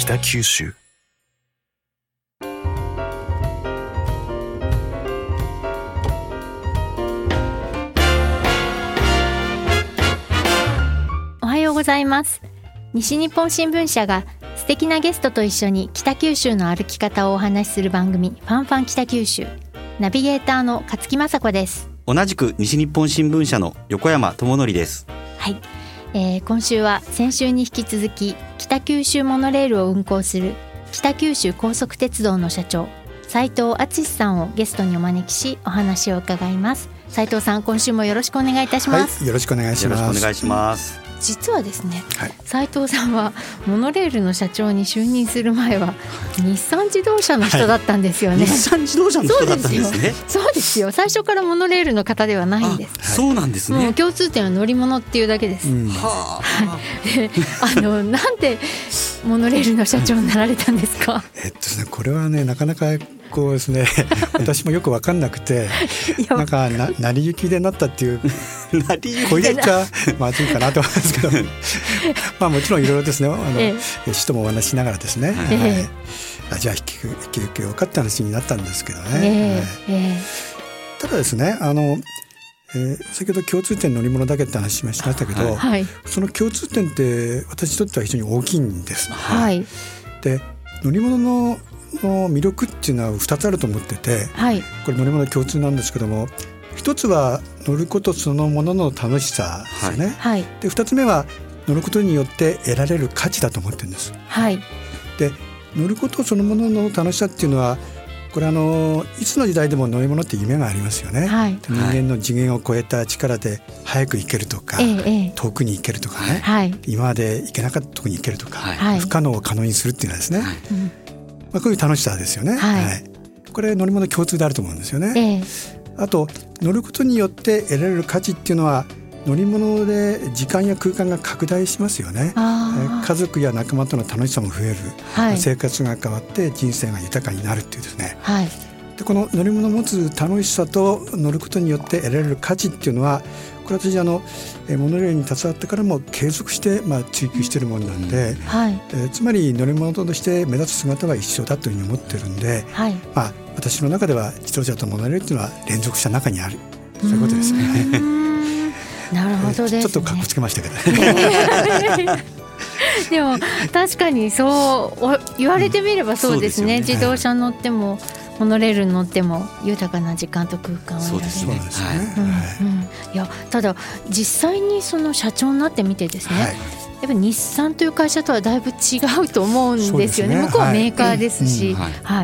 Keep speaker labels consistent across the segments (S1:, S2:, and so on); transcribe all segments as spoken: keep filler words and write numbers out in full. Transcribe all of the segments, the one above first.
S1: 北九州。
S2: おはようございます。西日本新聞社が素敵なゲストと一緒に北九州の歩き方をお話しする番組、ファンファン北九州。ナビゲーターの勝木雅子です。
S3: 同じく西日本新聞社の横山智則です。
S2: はい、えー、今週は先週に引き続き北九州モノレールを運行する北九州高速鉄道の社長斉藤敦さんをゲストにお招きしお話を伺います。斉藤さん、今週もよろしくお願いいたします。
S4: はい、よろしくお願いします。
S3: よろしくお願いします。
S2: 実はですね、
S4: はい、
S2: 斉藤さんはモノレールの社長に就任する前は日産自動車の人だったんですよね。
S3: はい、日産自動車の人だったんですね。
S2: そうですよ。最初からモノレールの方ではないんです。
S3: そうなんですね。
S2: もう共通点は乗り物っていうだけです。うん、はあ、であのなんでモノレールの社長になられたんですか？
S4: えっとですね、これはね、なかなかこうですね私もよく分かんなくてなんかな成り行きでなったっていう
S3: 成り行き
S4: こう言っちゃまずいかなと思うんですけどまあもちろんいろいろですね、あの、ええ、人もお話しながらですね、えはい、あじゃあ引き受けようかって話になったんですけどね、ええええ、ただですね、あのえー、先ほど共通点乗り物だけって話しましたけど、はい、その共通点って私にとっては非常に大きいんです、はい、で乗り物のの魅力っていうのはふたつあると思ってて、はい、これ乗り物共通なんですけども、ひとつは乗ることそのものの楽しさですよね、はい、でふたつめは乗ることによって得られる価値だと思ってるんです、はい、で乗ることそのものの楽しさっていうのはこれあのいつの時代でも乗り物って夢がありますよね、はい、人間の次元を超えた力で早く行けるとか、はい、遠くに行けるとかね、はい、今まで行けなかったところに行けるとか、はい、不可能を可能にするっていうのはですね、はい、まあ、こういう楽しさですよね、はいはい、これ乗り物共通であると思うんですよね、えー、あと乗ることによって得られる価値っていうのは乗り物で時間や空間が拡大しますよね。家族や仲間との楽しさも増える、はい、生活が変わって人生が豊かになるっていうですね、はい、でこの乗り物を持つ楽しさと乗ることによって得られる価値っていうのはこれ私あのモノレールに携わってからも継続して、まあ、追求しているものなんで、うんはい、えー、つまり乗り物として目立つ姿は一緒だというふうに思ってるんで、はい、まあ、私の中では自動車とモノレールっていうのは連続した中にある、そういうことですね。
S2: なるほどですね。
S4: ちょっとかっこつけましたけどね
S2: でも確かにそう言われてみればそうですね、うん、そうですよね。自動車乗ってもモノレールに乗っても豊かな時間と空間を得られる。そうですね、うんうん、いやただ実際にその社長になってみてですね、はい、やっぱり日産という会社とはだいぶ違うと思うんですよね。向こうはメーカーですし、はいはい、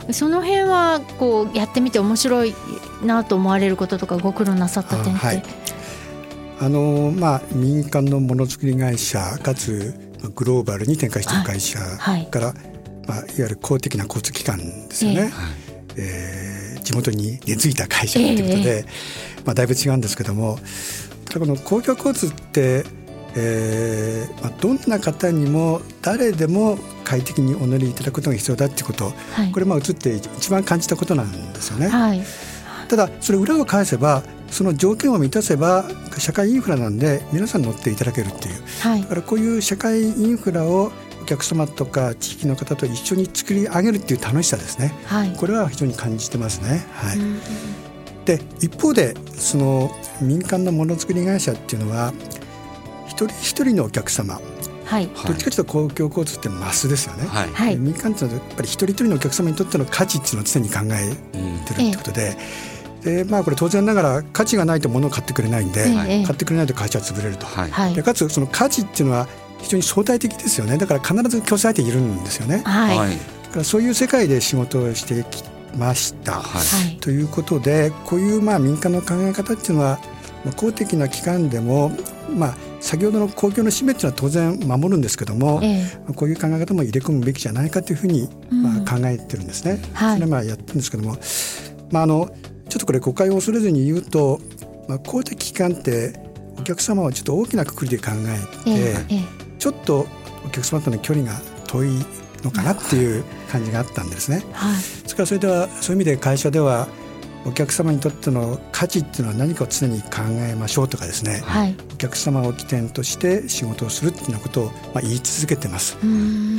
S2: その辺はこうやってみて面白いなと思われることとかご苦労なさった点って？
S4: あのまあ、民間のものづくり会社かつグローバルに展開している会社から、はいはい、まあ、いわゆる公的な交通機関ですよね、えーえー、地元に根付いた会社ということで、えーまあ、だいぶ違うんですけども、ただこの公共交通って、えーまあ、どんな方にも誰でも快適にお乗りいただくことが必要だということ、はい、これまあ移って一番感じたことなんですよね、はい、ただそれ裏を返せばその条件を満たせば社会インフラなんで皆さん乗っていただけるっていう、はい、だからこういう社会インフラをお客様とか地域の方と一緒に作り上げるっていう楽しさですね、はい、これは非常に感じてますね、はい、うん、で一方でその民間のものづくり会社っていうのは一人一人のお客様、はい、どっちかというと公共交通ってマスですよね、はい、民間っていうのはやっぱり一人一人のお客様にとっての価値っていうのを常に考えてるってことで、うん、でまあ、これ当然ながら価値がないと物を買ってくれないんで、はい、買ってくれないと会社は潰れると、はい、でかつその価値っていうのは非常に相対的ですよね。だから必ず競争相手いるんですよね、はい、だからそういう世界で仕事をしてきました、はい、ということでこういうまあ民間の考え方っていうのは公的な機関でも、まあ、先ほどの公共の使命っていうのは当然守るんですけども、ええ、こういう考え方も入れ込むべきじゃないかというふうに、まあ、考えてるんですね、うん、それはまあやってるんですけども、まあ、あのちょっとこれ誤解を恐れずに言うと、まあ、公的機関ってお客様をちょっと大きな括りで考えて、ええ、ちょっとお客様との距離が遠いのかなっていう感じがあったんですね、はい、それからそれではそういう意味で会社ではお客様にとっての価値っていうのは何かを常に考えましょうとかですね、はい、お客様を起点として仕事をするっていうようなことをまあ言い続けてます。うーん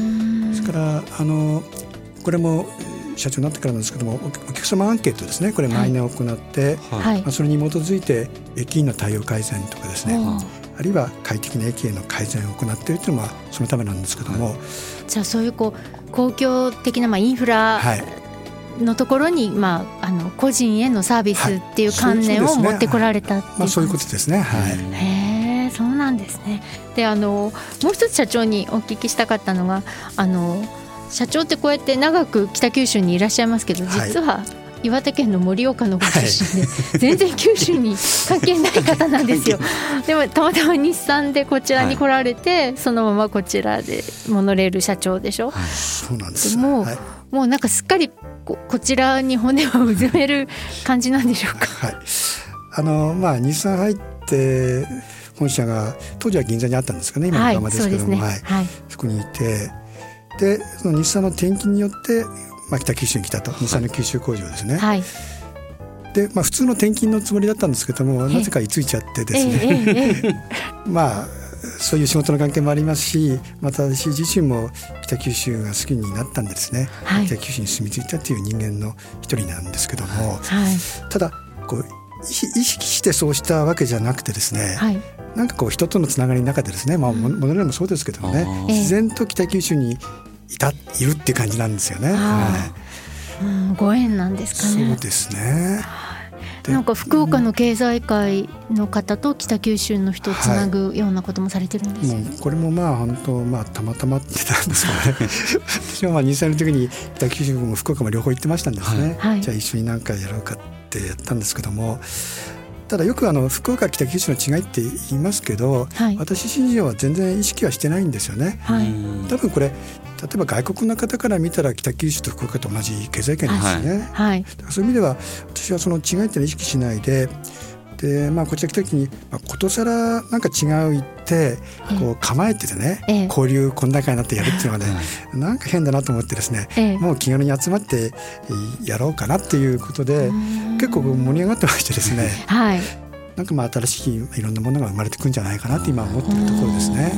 S4: ですからあのこれも社長になってからなんですけども、お客様アンケートですね、これ毎年行って、はい、まあ、それに基づいて駅員の対応改善とかですね、あるいは快適な駅への改善を行っているというのはそのためなんですけども、はい、
S2: じゃあそういうこう公共的なまあインフラのところに、まあ、あの個人へのサービスっていう観念を持ってこられたっていう、
S4: まあ、そういうことですね。はい、
S2: へえ、そうなんですね。であのもう一つ社長にお聞きしたかったのが、あの社長ってこうやって長く北九州にいらっしゃいますけど、実は岩手県の盛岡のご出身で、はい、全然九州に関係ない方なんですよ。でもたまたま日産でこちらに来られて、はい、そのままこちらでモノレール社長でしょ、はい、
S4: そうなんです。
S2: もう、
S4: はい、
S2: もうなんかすっかり こ, こちらに骨をうずめる感じなんでしょうか。
S4: はい、あのまあ日産入って本社が当時は銀座にあったんですかね、今のままですけども、はい、そうですね、はい、そこにいて、でその日産の転勤によって、まあ、北九州に来たと、日産の九州工場ですね、はい、で、まあ、普通の転勤のつもりだったんですけども、なぜか居ついちゃってですねまあそういう仕事の関係もありますし、また私自身も北九州が好きになったんでですね、はい、北九州に住み着いたという人間の一人なんですけども、はい、ただこう意識してそうしたわけじゃなくてですね、はい、なんかこう人とのつながりの中でですね、まあ、モノレールもそうですけどもね、自然と北九州にいたいるっていう感じなんですよね。はい、
S2: うん、ご縁なんですかね。
S4: そうですね。
S2: なんか福岡の経済界の方と北九州の人をつなぐようなこともされてるんですよ、はい、
S4: もうこれもまあ本当、まあ、たまたまってたんですけどね私はまあにさいの時に北九州も福岡も両方行ってましたんですね、はい、じゃあ一緒に何かやろうかってやったんですけども、ただよくあの福岡北九州の違いって言いますけど、はい、私自身は全然意識はしてないんですよね、はい、多分これ例えば外国の方から見たら北九州と福岡と同じ経済圏ですね、はい、だからそういう意味では私はその違いって意識しないで、で、まあ、こちら来た時に、まあ、ことさらなんか違う言ってこう構えててね、ええ、交流懇談会になってやるっていうのがね、ええ、なんか変だなと思ってですね、ええ、もう気軽に集まってやろうかなっていうことで結構盛り上がってましてですね、はい、なんかまあ新しいいろんなものが生まれてくるんじゃないかなって今思っているところですね、はい、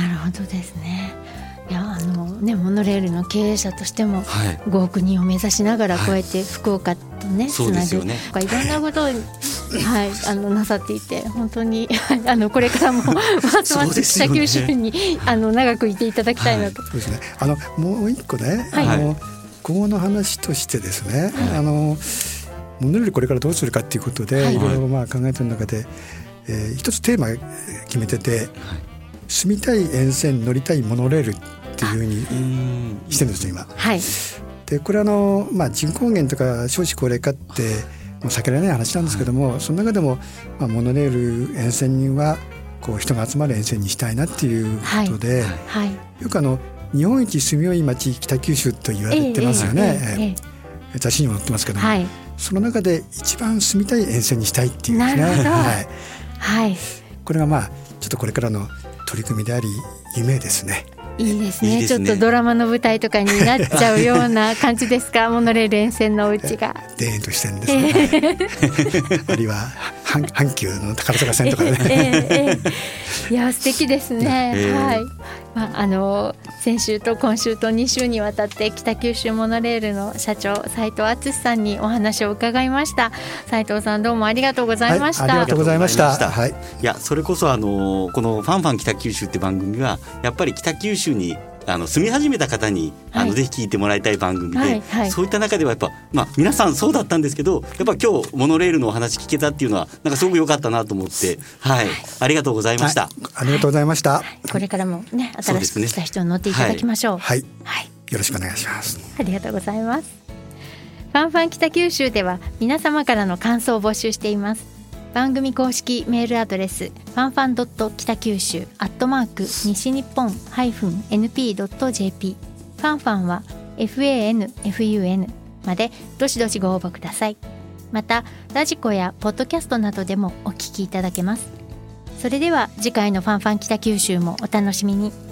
S2: なるほどですね。いやあのね、モノレールの経営者としてもごおく人を目指しながらこうやって福岡とね、はい、つなぐとかいろんなことを、はい、あのなさっていて本当にあのこれからもますます北九州に、ね、あの長くいていただきたいなと、はい、そうですね。
S4: あのもう一個ね、はい、あの今後の話としてですね、はい、あのモノレールこれからどうするかということで、はい、いろいろまあ考えている中で、えー、一つテーマ決めてて、はい、住みたい沿線乗りたいモノレールっていうふうにしてるんですよ今、はい、でこれはあの、まあ、人口減とか少子高齢化ってもう避けられない話なんですけども、はい、その中でも、まあ、モノレール沿線にはこう人が集まる沿線にしたいなっていうことで、はいはい、よくあの日本一住みよい町北九州と言われてますよね、えーえーえー、雑誌にも載ってますけども、はい、その中で一番住みたい沿線にしたいっていうですね、はいはい、これがまあちょっとこれからの取り組みであり夢ですね。
S2: いいですね。いいですね。ちょっとドラマの舞台とかになっちゃうような感じですかモノレール沿線のお家が
S4: 田園としてるんですね、えー、あるいは阪急の宝塚線とかね、えーえ
S2: ー、いや素敵ですね、えーはいまあ、あの先週と今週とに週にわたって北九州モノレールの社長斉藤敦さんにお話を伺いました。斉藤さんどうもありがとうございました、はい、
S4: ありがとうございました、はい、
S3: いやそれこそあのこのファンファン北九州って番組はやっぱり北九州にあの住み始めた方にあの、はい、ぜひ聞いてもらいたい番組で、はいはい、そういった中ではやっぱ、まあ、皆さんそうだったんですけどやっぱ今日モノレールのお話聞けたっていうのはなんかすごく良かったなと思って、はいはい、ありがとうございました、はい、
S4: ありがとうございました、はい、
S2: これからもね新しく来た人に乗っていただきましょう、
S4: はいはい、よろしくお願いします。
S2: ありがとうございます。ファンファン北九州では皆様からの感想を募集しています。番組公式メールアドレスファンファンドット北九州アットマーク西日本ハイフンエヌピードットジェーピー ファンファンは エフエーエヌエフユーエヌ までどしどしご応募ください。またラジコやポッドキャストなどでもお聞きいただけます。それでは次回のファンファン北九州もお楽しみに。